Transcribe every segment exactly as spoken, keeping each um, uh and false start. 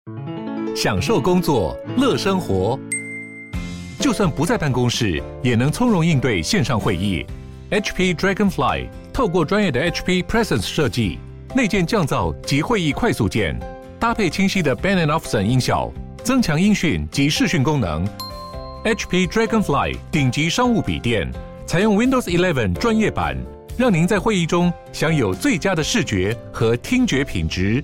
享受工作，乐生活。就算不在办公室，也能从容应对线上会议。H P Dragonfly 透过专业的 H P Presence 设计，内建降噪及会议快速键，搭配清晰的 Bang and Olufsen 音效，增强音讯及视讯功能。H P Dragonfly 顶级商务笔电，采用 Windows 十一专业版，让您在会议中享有最佳的视觉和听觉品质。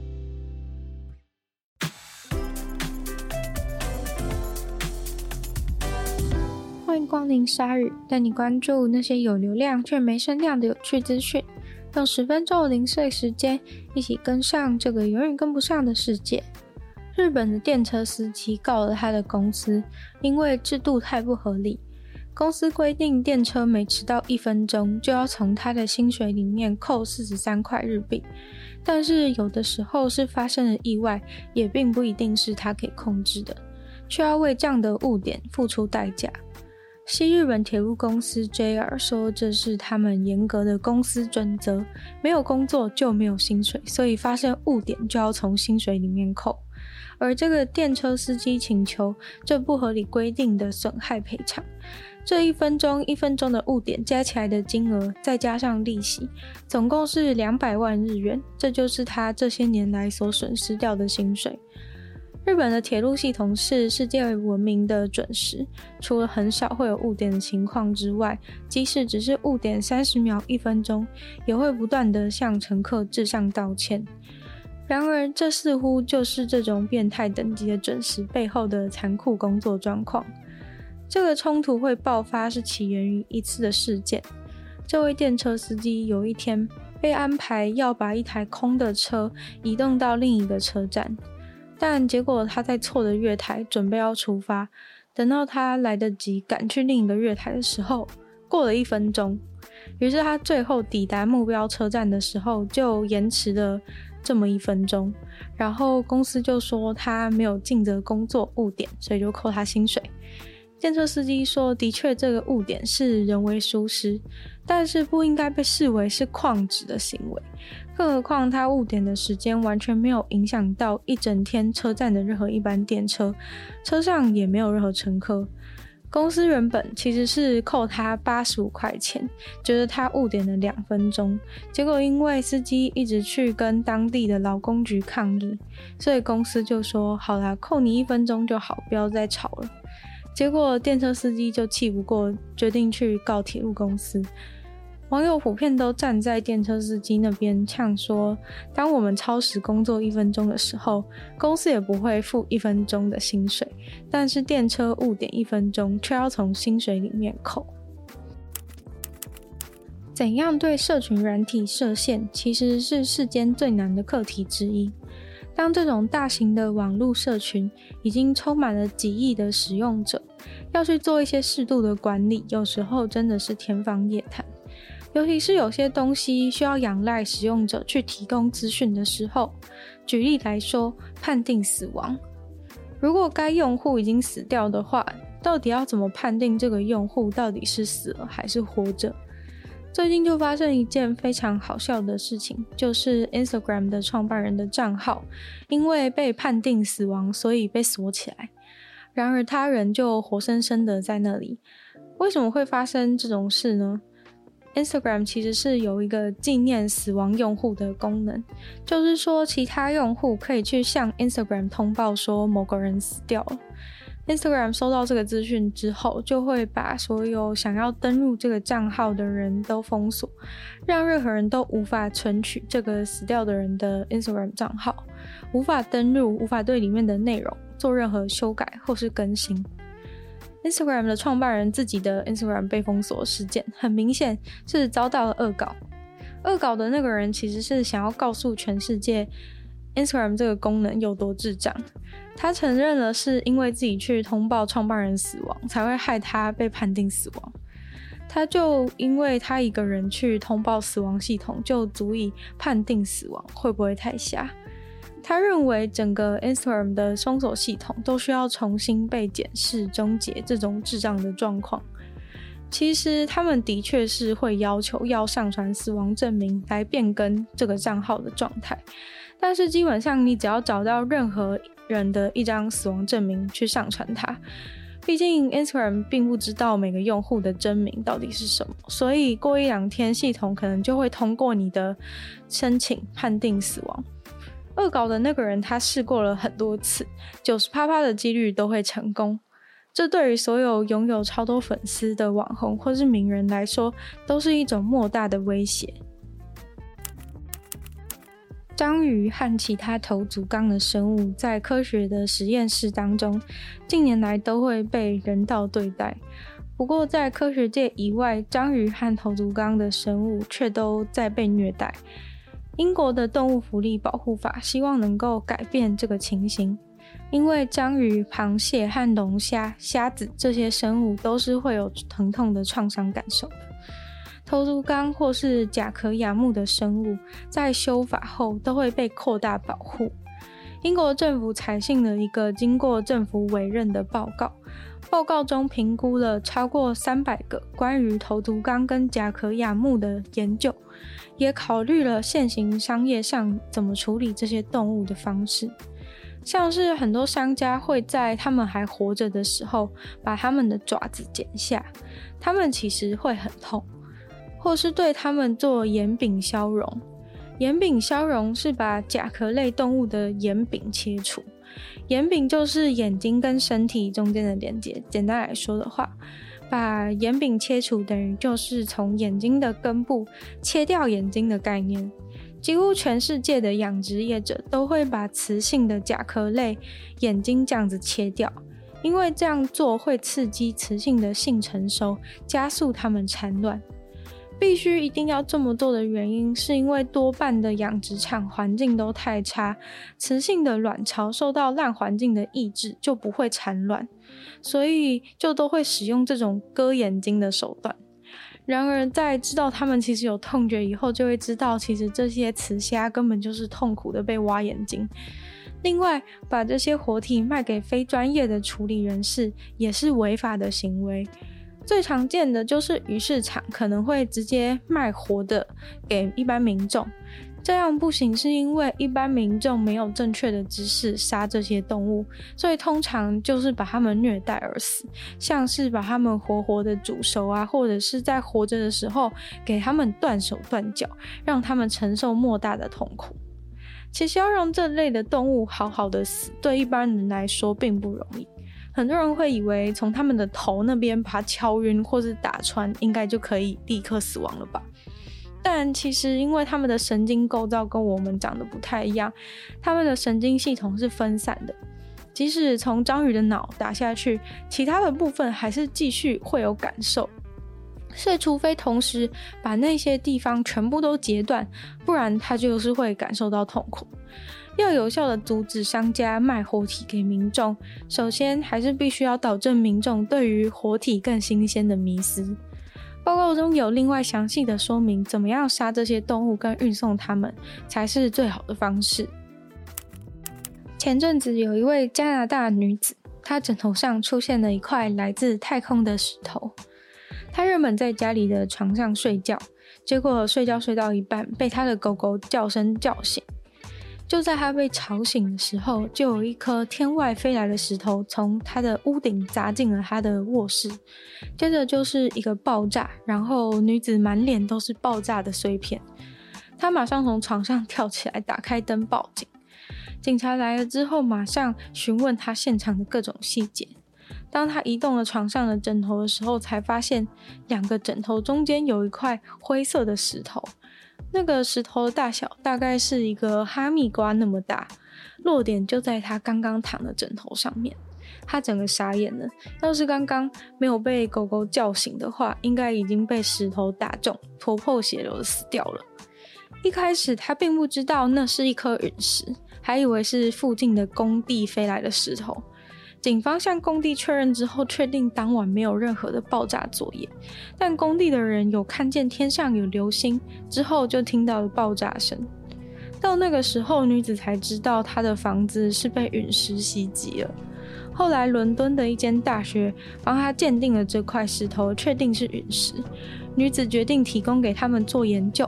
欢迎光临鲨鱼，带你关注那些有流量却没声量的有趣资讯，用十分钟的零碎时间，一起跟上这个永远跟不上的世界。日本的电车司机告了他的公司，因为制度太不合理。公司规定电车每迟到一分钟就要从他的薪水里面扣四十三块日币，但是有的时候是发生了意外，也并不一定是他可以控制的，却要为这样的误点付出代价。西日本铁路公司 J R 说，这是他们严格的公司准则，没有工作就没有薪水，所以发生误点就要从薪水里面扣。而这个电车司机请求这不合理规定的损害赔偿，这一分钟一分钟的误点加起来的金额，再加上利息，总共是两百万日元，这就是他这些年来所损失掉的薪水。日本的铁路系统是世界闻名的准时，除了很少会有误点的情况之外，即使只是误点三十秒一分钟，也会不断地向乘客致上道歉。然而这似乎就是这种变态等级的准时背后的残酷工作状况。这个冲突会爆发是起源于一次的事件。这位电车司机有一天被安排要把一台空的车移动到另一个车站，但结果他在错的月台准备要出发，等到他来得及赶去另一个月台的时候，过了一分钟，于是他最后抵达目标车站的时候就延迟了这么一分钟，然后公司就说他没有尽责工作误点，所以就扣他薪水。电车司机说，的确这个误点是人为疏失，但是不应该被视为是旷职的行为，更何况他误点的时间完全没有影响到一整天车站的任何一班电车，车上也没有任何乘客。公司原本其实是扣他八十五块钱，觉得他误点了两分钟，结果因为司机一直去跟当地的劳工局抗议，所以公司就说好啦，扣你一分钟就好，不要再吵了。结果电车司机就气不过，决定去告铁路公司。网友普遍都站在电车司机那边，呛说当我们超时工作一分钟的时候，公司也不会付一分钟的薪水，但是电车误点一分钟却要从薪水里面扣。怎样对社群软体设限，其实是世间最难的课题之一。当这种大型的网络社群已经充满了几亿的使用者，要去做一些适度的管理，有时候真的是天方夜谭。尤其是有些东西需要仰赖使用者去提供资讯的时候，举例来说，判定死亡。如果该用户已经死掉的话，到底要怎么判定这个用户到底是死了还是活着？最近就发生一件非常好笑的事情，就是 Instagram 的创办人的账号因为被判定死亡，所以被锁起来，然而他人就活生生的在那里。为什么会发生这种事呢？Instagram 其实是有一个纪念死亡用户的功能，就是说其他用户可以去向 Instagram 通报说某个人死掉了。Instagram 收到这个资讯之后，就会把所有想要登入这个账号的人都封锁，让任何人都无法存取这个死掉的人的 Instagram 账号，无法登入，无法对里面的内容做任何修改或是更新。Instagram 的创办人自己的 Instagram 被封锁事件，很明显是遭到了恶搞。恶搞的那个人其实是想要告诉全世界 Instagram 这个功能有多智障。他承认了是因为自己去通报创办人死亡，才会害他被判定死亡。他就因为他一个人去通报死亡系统就足以判定死亡，会不会太瞎？他认为整个 Instagram 的封锁系统都需要重新被检视，终结这种智障的状况。其实他们的确是会要求要上传死亡证明来变更这个账号的状态， 但是基本上你只要找到任何人的一张死亡证明去上传它，毕竟 Instagram 并不知道每个用户的真名到底是什么，所以过一两天系统可能就会通过你的申请判定死亡。恶搞的那个人他试过了很多次， 百分之九十 的几率都会成功。这对于所有拥有超多粉丝的网红或是名人来说都是一种莫大的威胁。章鱼和其他头足纲的生物在科学的实验室当中近年来都会被人道对待，不过在科学界以外，章鱼和头足纲的生物却都在被虐待。英国的动物福利保护法希望能够改变这个情形，因为章鱼、螃蟹和龙虾、虾子这些生物都是会有疼痛的创伤感受的。头足纲或是甲壳亚目的生物在修法后都会被扩大保护。英国政府采信了一个经过政府委任的报告，报告中评估了超过三百个关于头足纲跟甲壳亚目的研究，也考虑了现行商业上怎么处理这些动物的方式。像是很多商家会在他们还活着的时候把他们的爪子剪下，他们其实会很痛，或是对他们做眼柄消融。眼柄消融是把甲壳类动物的眼柄切除，眼柄就是眼睛跟身体中间的连接，简单来说的话，把眼柄切除等于就是从眼睛的根部切掉眼睛的概念。几乎全世界的养殖业者都会把雌性的甲壳类眼睛这样子切掉，因为这样做会刺激雌性的性成熟，加速它们产卵。必须一定要这么做的原因是因为多半的养殖场环境都太差，雌性的卵巢受到烂环境的抑制就不会产卵，所以就都会使用这种割眼睛的手段。然而在知道他们其实有痛觉以后，就会知道其实这些雌虾根本就是痛苦的被挖眼睛。另外，把这些活体卖给非专业的处理人士也是违法的行为。最常见的就是鱼市场可能会直接卖活的给一般民众，这样不行是因为一般民众没有正确的知识杀这些动物，所以通常就是把它们虐待而死，像是把它们活活的煮熟啊，或者是在活着的时候给它们断手断脚，让它们承受莫大的痛苦。其实要让这类的动物好好的死，对一般人来说并不容易。很多人会以为从他们的头那边把它敲晕或是打穿，应该就可以立刻死亡了吧？但其实因为他们的神经构造跟我们长得不太一样，他们的神经系统是分散的，即使从章鱼的脑打下去，其他的部分还是继续会有感受。所以除非同时把那些地方全部都截断，不然它就是会感受到痛苦。要有效的阻止商家卖活体给民众，首先还是必须要导正民众对于活体更新鲜的迷思。报告中有另外详细的说明怎么样杀这些动物跟运送它们才是最好的方式。前阵子有一位加拿大女子，她枕头上出现了一块来自太空的石头。她原本在家里的床上睡觉，结果睡觉睡到一半被她的狗狗叫声叫醒。就在他被吵醒的时候，就有一颗天外飞来的石头从他的屋顶砸进了他的卧室，接着就是一个爆炸，然后女子满脸都是爆炸的碎片。他马上从床上跳起来，打开灯报警。警察来了之后，马上询问他现场的各种细节。当他移动了床上的枕头的时候，才发现两个枕头中间有一块灰色的石头。那个石头的大小大概是一个哈密瓜那么大，落点就在他刚刚躺的枕头上面。他整个傻眼了，要是刚刚没有被狗狗叫醒的话，应该已经被石头打中，头破血流的死掉了。一开始他并不知道那是一颗陨石，还以为是附近的工地飞来的石头。警方向工地确认之后，确定当晚没有任何的爆炸作业，但工地的人有看见天上有流星，之后就听到了爆炸声。到那个时候，女子才知道她的房子是被陨石袭击了。后来伦敦的一间大学帮她鉴定了这块石头，确定是陨石。女子决定提供给他们做研究，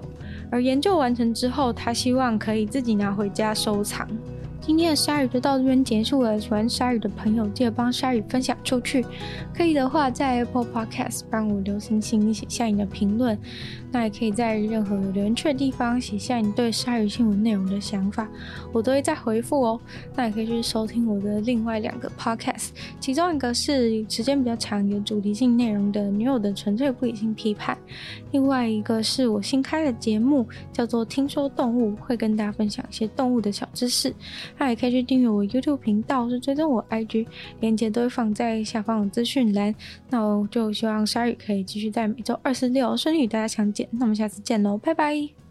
而研究完成之后，他希望可以自己拿回家收藏。今天的鲨鱼就到这边结束了，喜欢鲨鱼的朋友记得帮鲨鱼分享出去，可以的话在 Apple Podcast 帮我留星星，写下你的评论，那也可以在任何有留言区的地方写下你对鲨鱼新闻内容的想法，我都会再回复哦。那也可以去收听我的另外两个 Podcast， 其中一个是时间比较长有主题性内容的女友的纯粹不理性批判，另外一个是我新开的节目叫做听说动物，会跟大家分享一些动物的小知识。那也可以去订阅我 YouTube 频道，是追踪我 I G， 连结都会放在下方的资讯栏。那我就希望鲨鱼可以继续在每周二四六顺利与大家相见，那我们下次见咯，拜拜。